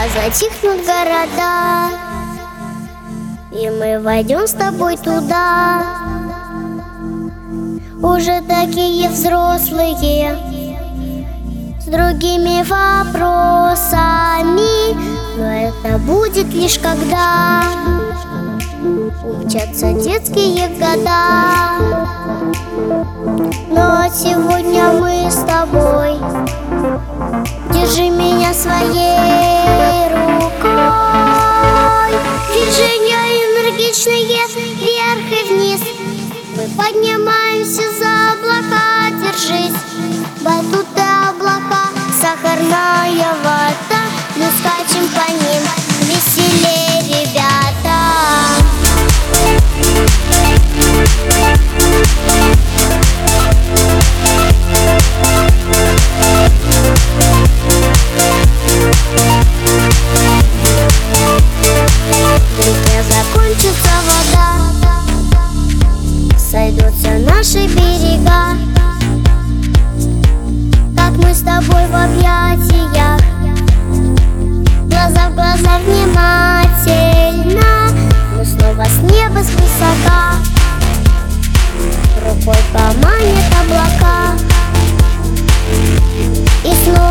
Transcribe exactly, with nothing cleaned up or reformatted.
затихнут города, и мы войдем с тобой туда. Уже такие взрослые, с другими вопросами, но это будет лишь когда умчатся детские года. Но сегодня мы с тобой, держи меня своей рукой. Движения энергичные вверх и вниз, мы поднимаемся за облака, держись. Батуты, облака, сахарная вата, мы скачем по ним веселее, ребята. В реке закончится вода, сойдутся наши берега, как мы с тобой в объятиях, глаза в глаза внимательно. Мы снова с неба свысока, рукой поманят облака, и снова